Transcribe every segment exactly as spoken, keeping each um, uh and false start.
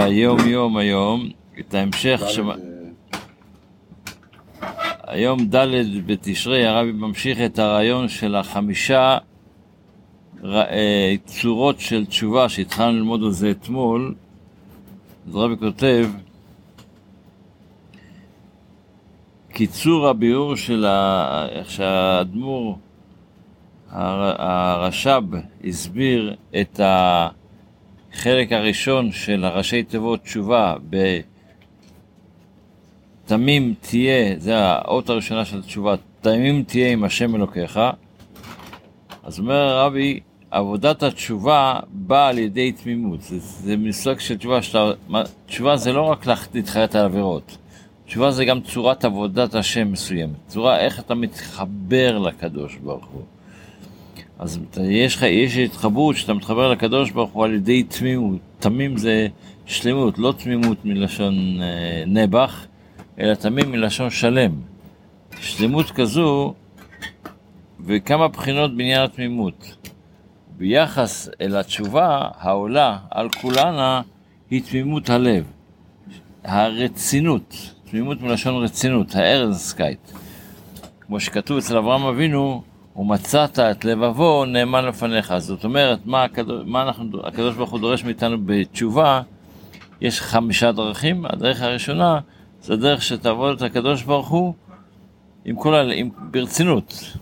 היום יום היום את ההמשך ש... היום ד' בתשרי הרבי ממשיך את הרעיון של החמישה צורות של תשובה שהתחלנו ללמוד על זה אתמול. אז הרבי כותב קיצור הביאור של ה... איך שהאדמו"ר הרש"ב הסביר את החלק הראשון של הראשי תיבות תשובה בתמים תהיה, זה האות הראשונה של התשובה, תמים תהיה עם השם אלוקיך. אז אומר הרבי, עבודת התשובה באה על ידי תמימות. זה, זה מסוג של תשובה שאתה, תשובה זה לא רק להתחרט על עבירות, תשובה זה גם צורת עבודת השם מסוימת, צורה איך אתה מתחבר לקדוש ברוך הוא. אז יש לך, יש התחברות שאתה מתחבר לקדוש ברוך הוא על ידי תמימות. תמים זה שלמות, לא תמימות מלשון אה, נבח, אלא תמים מלשון שלם. שלמות כזו, וכמה בחינות בעניין התמימות. ביחס אל התשובה העולה על כולנה היא תמימות הלב. הרצינות, תמימות מלשון רצינות, הארנסקייט. כמו שכתוב אצל אברהם אבינו, ומצאת את לבבו נאמן לפניך. זאת אומרת, מה, הקדוש, מה אנחנו, הקדוש ברוך הוא דורש מאיתנו בתשובה? יש חמישה דרכים. הדרך הראשונה זה הדרך שתעבוד את הקדוש ברוך הוא עם כל ה... עם ברצינות.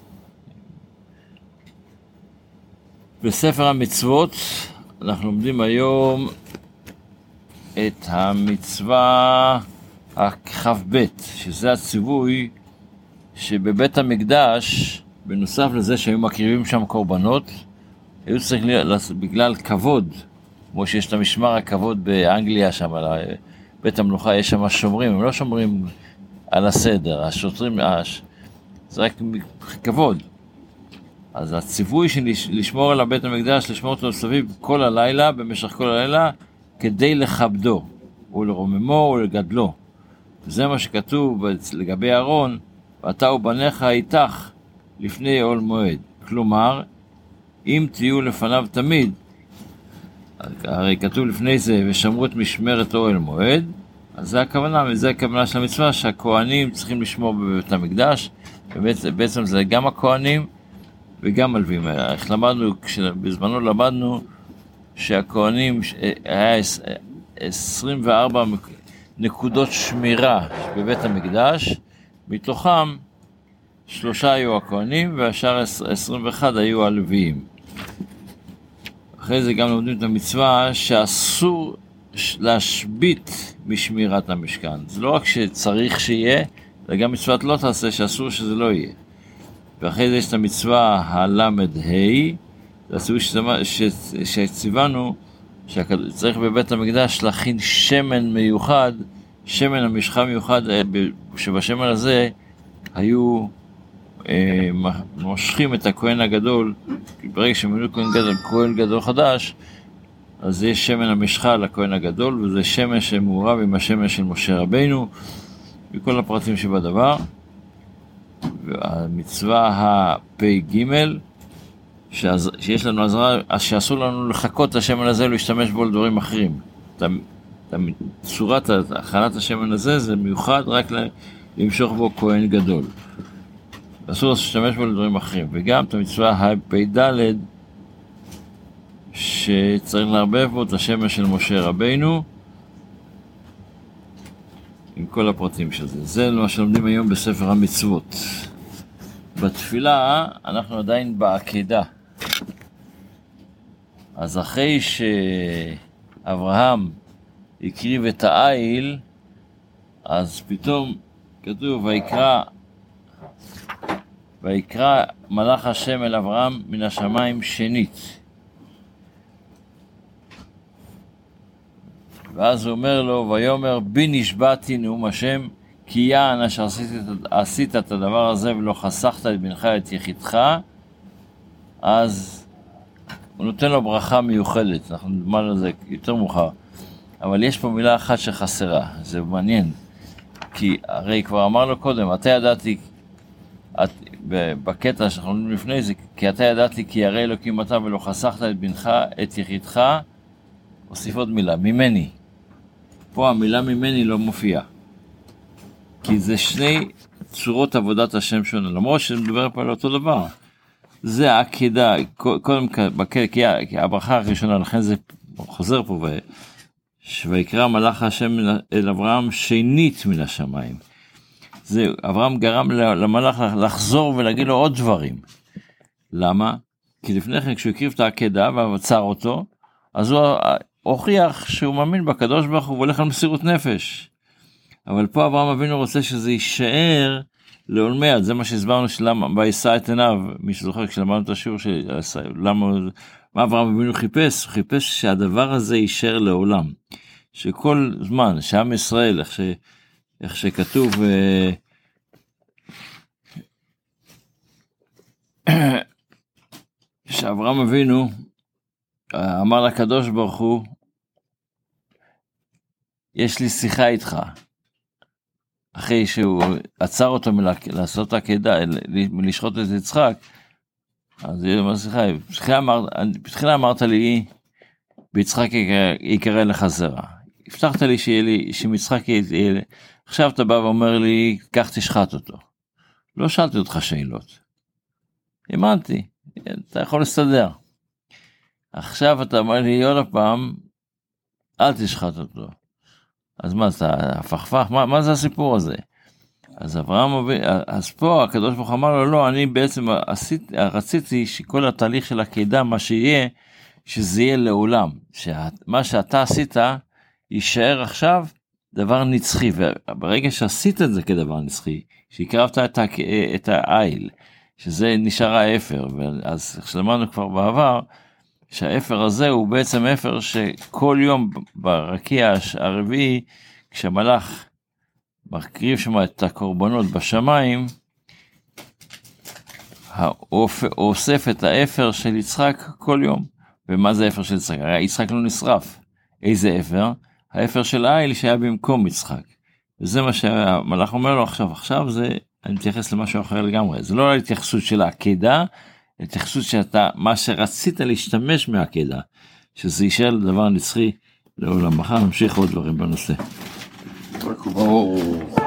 בספר המצוות אנחנו לומדים היום את המצווה הכ"ב, שזה הציווי שבבית המקדש, בנוסף לזה שהיו מקריבים שם קורבנות, היו צריכים להיות בגלל כבוד, כמו שיש את המשמר הכבוד באנגליה שם, בית המלוכה יש שם שומרים, הם לא שומרים על הסדר, השוטרים, זה רק כבוד. אז הציווי של לשמור על הבית המקדש, לשמור אותו סביב כל הלילה, במשך כל הלילה, כדי לכבדו, ולרוממו ולגדלו. זה מה שכתוב לגבי אהרון, ואתה ובניך איתך לפני אוהל מועד. כלומר, אם תהיו לפניו תמיד, הרי כתוב לפני זה, ושמרו את משמרת אוהל מועד, אז זה הכוונה, וזה הכוונה של המצווה, שהכהנים צריכים לשמור בבית המקדש, ובעצם זה גם הכהנים וגם מלווים. איך למדנו, בזמנו למדנו, שהכהנים היה עשרים וארבע נקודות שמירה בבית המקדש, מתוכם שלושה היו הכהנים והשאר עשרים ואחת היו הלוויים. אחרי זה גם לומדים את המצווה שאסור להשבית משמירת המשכן. זה לא רק שצריך שיהיה, אלא גם מצוות לא תעשה שאסור שזה לא יהיה. ואחרי זה יש את המצווה הלמד ה', זה הציווי שציוונו שצריך בבית המקדש להכין שמן מיוחד, שמן המשחה מיוחד, שבשמן הזה היו אה, מושכים את הכהן הגדול, ברגע שמינו כהן גדול, כהן גדול חדש, אז יש שמן המשחה לכהן הגדול, וזה שמן שמעורב עם השמן של משה רבינו, וכל הפרטים שבדבר. והמצווה הפ"ג, שיש לנו עזרה, שאסור לנו לחכות את השמן הזה ולהשתמש בו לדברים אחרים. צורת הכנת השמן הזה זה מיוחד רק למשוך בו כהן גדול. אסור להשתמש בו לדברים אחרים. וגם את המצווה הפ"ד, שצריך להרבב בו את השמן של משה רבינו, עם כל הפרטים של זה. זה מה שלומדים היום בספר המצוות. בתפילה אנחנו עדיין בעקדה. אז אחרי שאברהם הקריב את העיל, אז פתאום כתוב, ויקרא, ויקרא מלאך השם אל אברהם מן השמיים שנית. ואז הוא אומר לו, ויאמר בי נשבעתי נאום השם, כי יען אשר עשית, עשית את הדבר הזה ולא חסכת את בנך את יחידך. אז הוא נותן לו ברכה מיוחדת, אנחנו נדמה על זה יותר מאוחר. אבל יש פה מילה אחת שחסרה, זה מעניין. כי הרי כבר אמר לו קודם, אתה ידעתי, את, בקטע שאנחנו נדמה לפני זה, כי אתה ידעתי כי הרי אלוקים אתה ולא חסכת את בנך את יחידך, הוסיף עוד מילה, ממני. פה המילה ממני לא מופיעה. כי זה שני צורות עבודת השם שונה, למרות שמדבר פה על אותו דבר. זה העקדה, קודם כל, כי הברכה הראשונה, לכן זה חוזר פה, ויקרא מלאך השם אל אברהם שנית מן השמיים. זה, אברהם גרם למלאך לחזור ולהגיד לו עוד דברים. למה? כי לפני כן כשהוא הקריב את העקדה ועצר אותו, אז הוא הוכיח שהוא מאמין בקדוש ברוך הוא והולך על מסירות נפש. אבל פה אברהם אבינו רוצה שזה יישאר לעולמי עד, זה מה שהסברנו שלמה, וישא את עיניו, מי שזוכר כשלמדנו את השיעור של למה, מה אברהם אבינו חיפש? הוא חיפש שהדבר הזה יישאר לעולם. שכל זמן, שעם ישראל, איך, ש, איך שכתוב, שאברהם אבינו אמר לקדוש ברוך הוא, יש לי שיחה איתך. אחרי שהוא עצר אותו מלעשות עקדה, מלשחוט את יצחק, אז הוא אומר, שיחה, בתחילה אמרת לי, ביצחק יקרא לך זרע. הבטחת לי שיהיה לי, שמצחק יהיה לי, עכשיו אתה בא ואומר לי, כך תשחט אותו. לא שאלתי אותך שאלות. האמנתי, אתה יכול לסדר. עכשיו אתה אומר לי עוד הפעם, אל תשחט אותו. אז מה, אתה הפכפך? מה, מה זה הסיפור הזה? אז אברהם, אז פה הקדוש ברוך הוא אמר לו, לא, אני בעצם עשית, רציתי שכל התהליך של העקדה, מה שיהיה, שזה יהיה לעולם. שמה שאתה עשית, יישאר עכשיו דבר נצחי. וברגע שעשית את זה כדבר נצחי, שהקרבת את, את העיל, שזה נשאר האפר, אז שלמדנו כבר בעבר, שהאפר הזה הוא בעצם אפר שכל יום ברקיע הרביעי, כשהמלאך מקריב שם את הקורבנות בשמיים, הוא אוסף את האפר של יצחק כל יום. ומה זה האפר של יצחק? הרי יצחק לא נשרף. איזה אפר? האפר של העיל שהיה במקום יצחק. וזה מה שהמלאך אומר לו עכשיו. עכשיו זה, אני מתייחס למשהו אחר לגמרי. זה לא ההתייחסות של העקדה, התייחסות שאתה, מה שרצית להשתמש מהעקדה, שזה יישאר לדבר נצחי לעולם. מחר נמשיך עוד דברים בנושא.